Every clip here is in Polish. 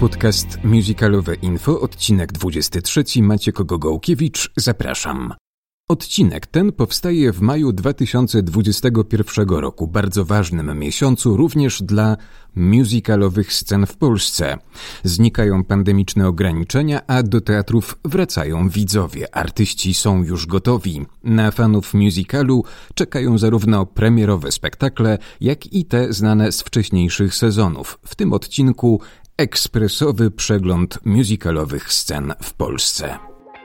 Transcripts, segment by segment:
Podcast Musicalowe Info, odcinek 23. Maciek Gogołkiewicz, zapraszam. Odcinek ten powstaje w maju 2021 roku, bardzo ważnym miesiącu również dla musicalowych scen w Polsce. Znikają pandemiczne ograniczenia, a do teatrów wracają widzowie. Artyści są już gotowi. Na fanów musicalu czekają zarówno premierowe spektakle, jak i te znane z wcześniejszych sezonów. W tym odcinku ekspresowy przegląd musicalowych scen w Polsce.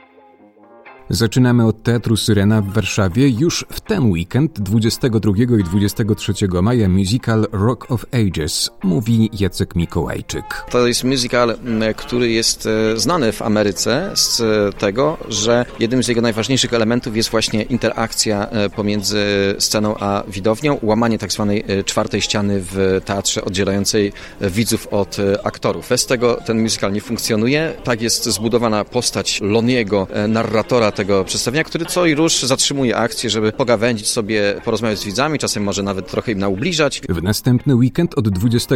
Zaczynamy od Teatru Syrena w Warszawie. Już w ten weekend 22 i 23 maja musical Rock of Ages, mówi Jacek Mikołajczyk. To jest musical, który jest znany w Ameryce z tego, że jednym z jego najważniejszych elementów jest właśnie interakcja pomiędzy sceną a widownią, łamanie tak zwanej czwartej ściany w teatrze oddzielającej widzów od aktorów. Bez tego ten musical nie funkcjonuje. Tak jest zbudowana postać Loniego, narratora tego przedstawienia, który co i rusz zatrzymuje akcję, żeby pogawędzić sobie, porozmawiać z widzami, czasem może nawet trochę im naubliżać. W następny weekend od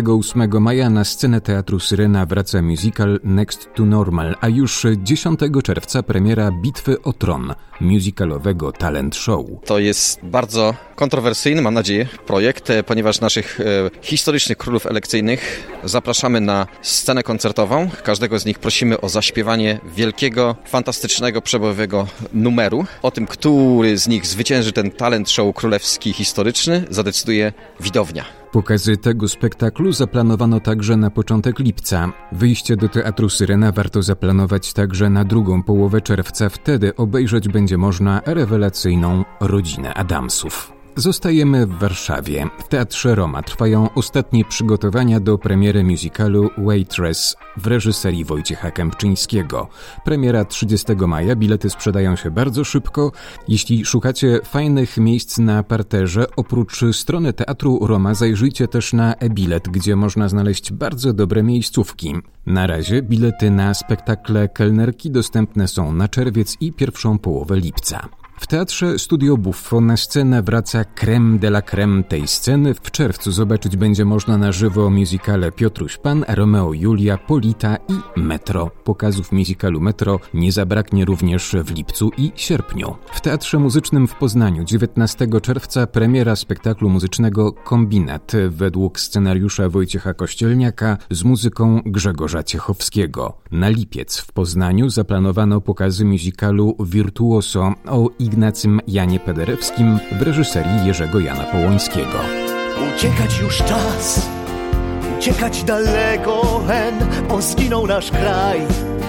28 maja na scenę Teatru Syrena wraca musical Next to Normal, a już 10 czerwca premiera Bitwy o Tron, musicalowego talent show. To jest bardzo kontrowersyjny, mam nadzieję, projekt, ponieważ naszych historycznych królów elekcyjnych zapraszamy na scenę koncertową. Każdego z nich prosimy o zaśpiewanie wielkiego, fantastycznego, przebojowego numeru. O tym, który z nich zwycięży ten talent show królewski historyczny, zadecyduje widownia. Pokazy tego spektaklu zaplanowano także na początek lipca. Wyjście do Teatru Syrena warto zaplanować także na drugą połowę czerwca. Wtedy obejrzeć będzie można rewelacyjną Rodzinę Adamsów. Zostajemy w Warszawie. W Teatrze Roma trwają ostatnie przygotowania do premiery musicalu Waitress w reżyserii Wojciecha Kępczyńskiego. Premiera 30 maja, bilety sprzedają się bardzo szybko. Jeśli szukacie fajnych miejsc na parterze, oprócz strony Teatru Roma zajrzyjcie też na e-bilet, gdzie można znaleźć bardzo dobre miejscówki. Na razie bilety na spektakle Kelnerki dostępne są na czerwiec i pierwszą połowę lipca. W Teatrze Studio Buffo na scenę wraca crème de la crème tej sceny. W czerwcu zobaczyć będzie można na żywo musicale Piotruś Pan, Romeo Julia, Polita i Metro. Pokazów musicalu Metro nie zabraknie również w lipcu i sierpniu. W Teatrze Muzycznym w Poznaniu 19 czerwca premiera spektaklu muzycznego Kombinat według scenariusza Wojciecha Kościelniaka z muzyką Grzegorza Ciechowskiego. Na lipiec w Poznaniu zaplanowano pokazy musicalu Virtuoso o Ignacym Janie Pederewskim w reżyserii Jerzego Jana Połońskiego. Uciekać już czas, uciekać daleko, bo zginął nasz kraj.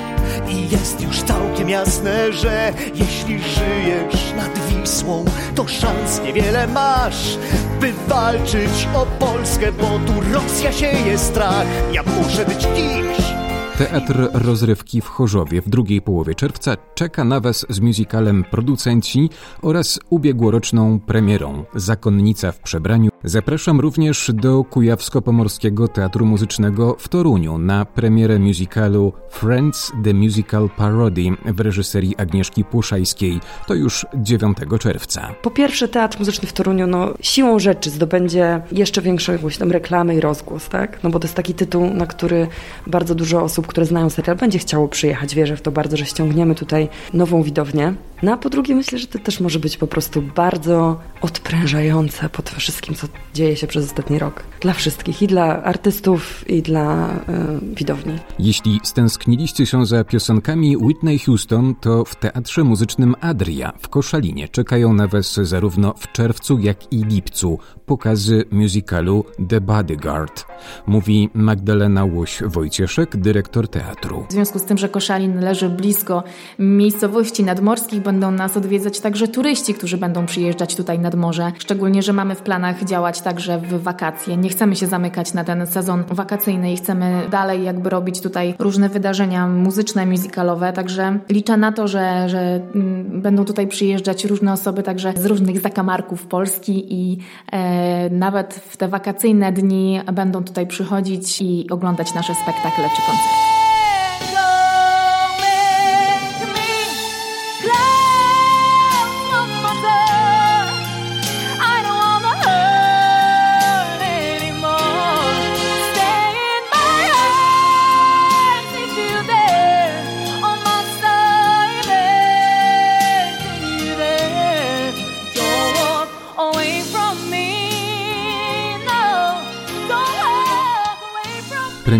I jest już całkiem jasne, że jeśli żyjesz nad Wisłą, to szans niewiele masz, by walczyć o Polskę, bo tu Rosja sieje strach. Ja muszę być kimś. Teatr Rozrywki w Chorzowie w drugiej połowie czerwca czeka na Was z musicalem Producenci oraz ubiegłoroczną premierą Zakonnica w przebraniu. Zapraszam również do Kujawsko-Pomorskiego Teatru Muzycznego w Toruniu na premierę musicalu Friends the Musical Parody w reżyserii Agnieszki Płoszajskiej. To już 9 czerwca. Po pierwsze, Teatr Muzyczny w Toruniu siłą rzeczy zdobędzie jeszcze większą jakąś tam reklamę i rozgłos, tak? Bo to jest taki tytuł, na który bardzo dużo osób, które znają serial, będzie chciało przyjechać. Wierzę w to bardzo, że ściągniemy tutaj nową widownię. No a po drugie myślę, że to też może być po prostu bardzo odprężające po tym wszystkim, co dzieje się przez ostatni rok. Dla wszystkich, i dla artystów, i dla widowni. Jeśli stęskniliście się za piosenkami Whitney Houston, to w Teatrze Muzycznym Adria w Koszalinie czekają na Was zarówno w czerwcu, jak i lipcu pokazy musicalu The Bodyguard. Mówi Magdalena Łoś-Wojcieszek, dyrektor teatru. W związku z tym, że Koszalin leży blisko miejscowości nadmorskich, będą nas odwiedzać także turyści, którzy będą przyjeżdżać tutaj nad morze. Szczególnie, że mamy w planach działać także w wakacje. Nie chcemy się zamykać na ten sezon wakacyjny i chcemy dalej jakby robić tutaj różne wydarzenia muzyczne, musicalowe. Także liczę na to, że będą tutaj przyjeżdżać różne osoby także z różnych zakamarków Polski i nawet w te wakacyjne dni będą tutaj przychodzić i oglądać nasze spektakle czy koncerty.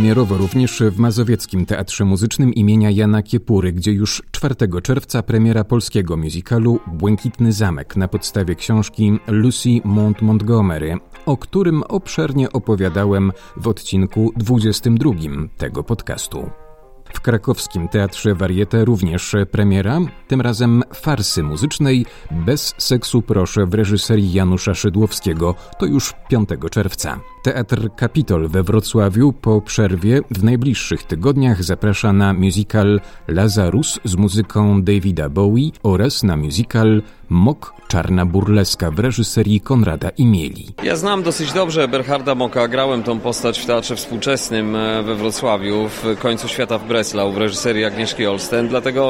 Premierowo również w Mazowieckim Teatrze Muzycznym imienia Jana Kiepury, gdzie już 4 czerwca premiera polskiego musicalu Błękitny Zamek na podstawie książki Lucy Maud Montgomery, o którym obszernie opowiadałem w odcinku 22 tego podcastu. W krakowskim Teatrze Varieté również premiera, tym razem farsy muzycznej Bez seksu proszę w reżyserii Janusza Szydłowskiego, to już 5 czerwca. Teatr Kapitol we Wrocławiu po przerwie w najbliższych tygodniach zaprasza na musical Lazarus z muzyką Davida Bowie oraz na musical Mok Czarna Burleska w reżyserii Konrada Imieli. Ja znam dosyć dobrze Eberharda Moka, grałem tą postać w Teatrze Współczesnym we Wrocławiu, w Końcu świata w Breslau w reżyserii Agnieszki Olsten, dlatego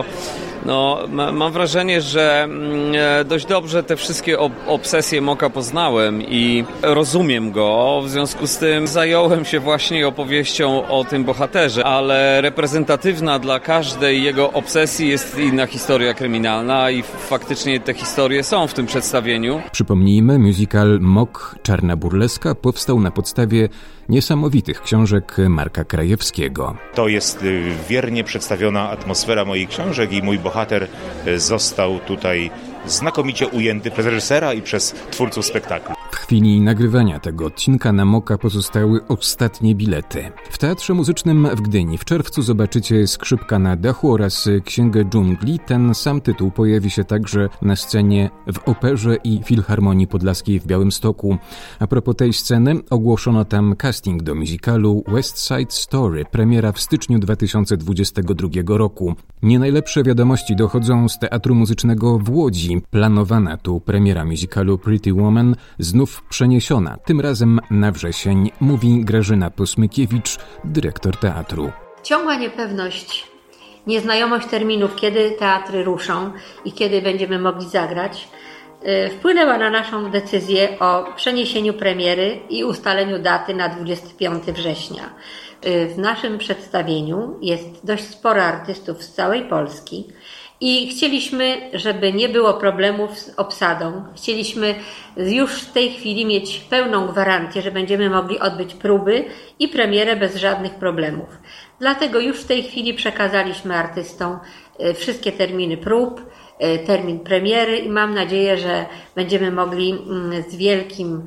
mam wrażenie, że dość dobrze te wszystkie obsesje Moka poznałem i rozumiem go, w związku z tym zająłem się właśnie opowieścią o tym bohaterze, ale reprezentatywna dla każdej jego obsesji jest inna historia kryminalna i faktycznie te historie są w tym przedstawieniu. Przypomnijmy, musical Mok Czarna Burleska powstał na podstawie niesamowitych książek Marka Krajewskiego. To jest wiernie przedstawiona atmosfera moich książek i mój bohater został tutaj znakomicie ujęty przez reżysera i przez twórców spektaklu. W chwili nagrywania tego odcinka na Moka pozostały ostatnie bilety. W Teatrze Muzycznym w Gdyni w czerwcu zobaczycie Skrzypka na dachu oraz Księgę dżungli. Ten sam tytuł pojawi się także na scenie w Operze i Filharmonii Podlaskiej w Białymstoku. A propos tej sceny, ogłoszono tam casting do musicalu West Side Story, premiera w styczniu 2022 roku. Nie najlepsze wiadomości dochodzą z Teatru Muzycznego w Łodzi. Planowana tu premiera musicalu Pretty Woman znów przeniesiona, tym razem na wrzesień, mówi Grażyna Posmykiewicz, dyrektor teatru. Ciągła niepewność, nieznajomość terminów, kiedy teatry ruszą i kiedy będziemy mogli zagrać, wpłynęła na naszą decyzję o przeniesieniu premiery i ustaleniu daty na 25 września. W naszym przedstawieniu jest dość sporo artystów z całej Polski i chcieliśmy, żeby nie było problemów z obsadą. Chcieliśmy już w tej chwili mieć pełną gwarancję, że będziemy mogli odbyć próby i premierę bez żadnych problemów. Dlatego już w tej chwili przekazaliśmy artystom wszystkie terminy prób, termin premiery i mam nadzieję, że będziemy mogli z wielkim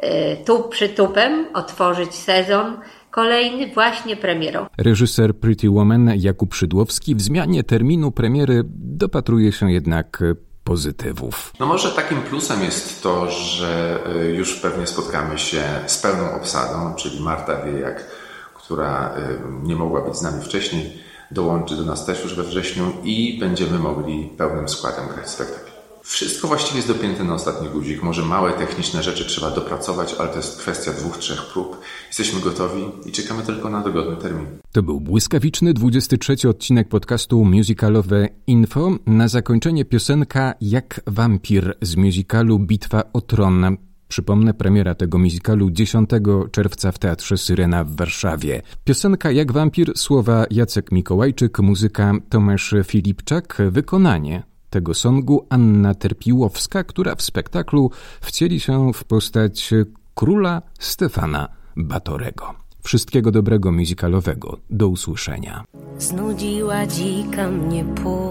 przytupem otworzyć sezon kolejny właśnie premierą. Reżyser Pretty Woman Jakub Szydłowski w zmianie terminu premiery dopatruje się jednak pozytywów. Może takim plusem jest to, że już pewnie spotkamy się z pełną obsadą, czyli Marta Wiejak, która nie mogła być z nami wcześniej, dołączy do nas też już we wrześniu i będziemy mogli pełnym składem grać spektakl. Wszystko właściwie jest dopięte na ostatni guzik. Może małe techniczne rzeczy trzeba dopracować, ale to jest kwestia 2-3 prób. Jesteśmy gotowi i czekamy tylko na dogodny termin. To był błyskawiczny 23 odcinek podcastu musicalowe Info. Na zakończenie piosenka Jak wampir z musicalu Bitwa o Tron. Przypomnę, premiera tego musicalu 10 czerwca w Teatrze Syrena w Warszawie. Piosenka Jak wampir, słowa Jacek Mikołajczyk, muzyka Tomasz Filipczak, wykonanie tego songu Anna Terpiłowska, która w spektaklu wcieli się w postać króla Stefana Batorego. Wszystkiego dobrego musicalowego. Do usłyszenia. Znudziła dzika mnie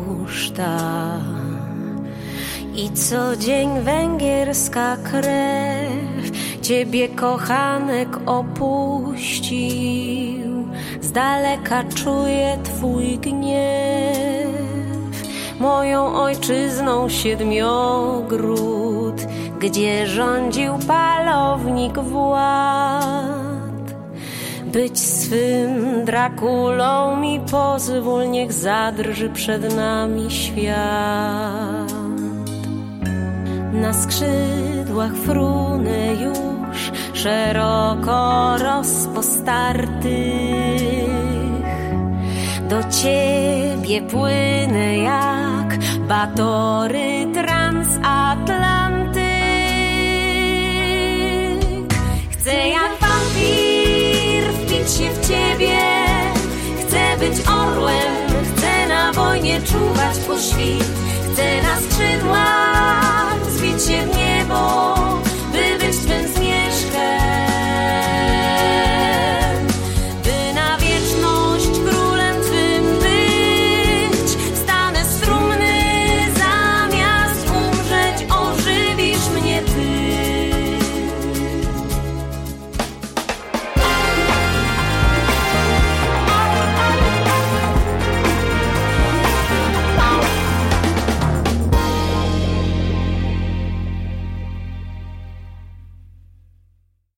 puszta i co dzień węgierska krew ciebie kochanek opuścił. Z daleka czuję twój gniew. Moją ojczyzną Siedmiogród, gdzie rządził palownik Wład. Być swym Drakulą mi pozwól, niech zadrży przed nami świat. Na skrzydłach frunę już szeroko rozpostartych. Do ciebie płynę jak batory transatlantyk. Chcę jak wampir wpić się w ciebie. Chcę być orłem, chcę na wojnie czuwać po świt. Chcę na skrzydłach zbić się w niebie.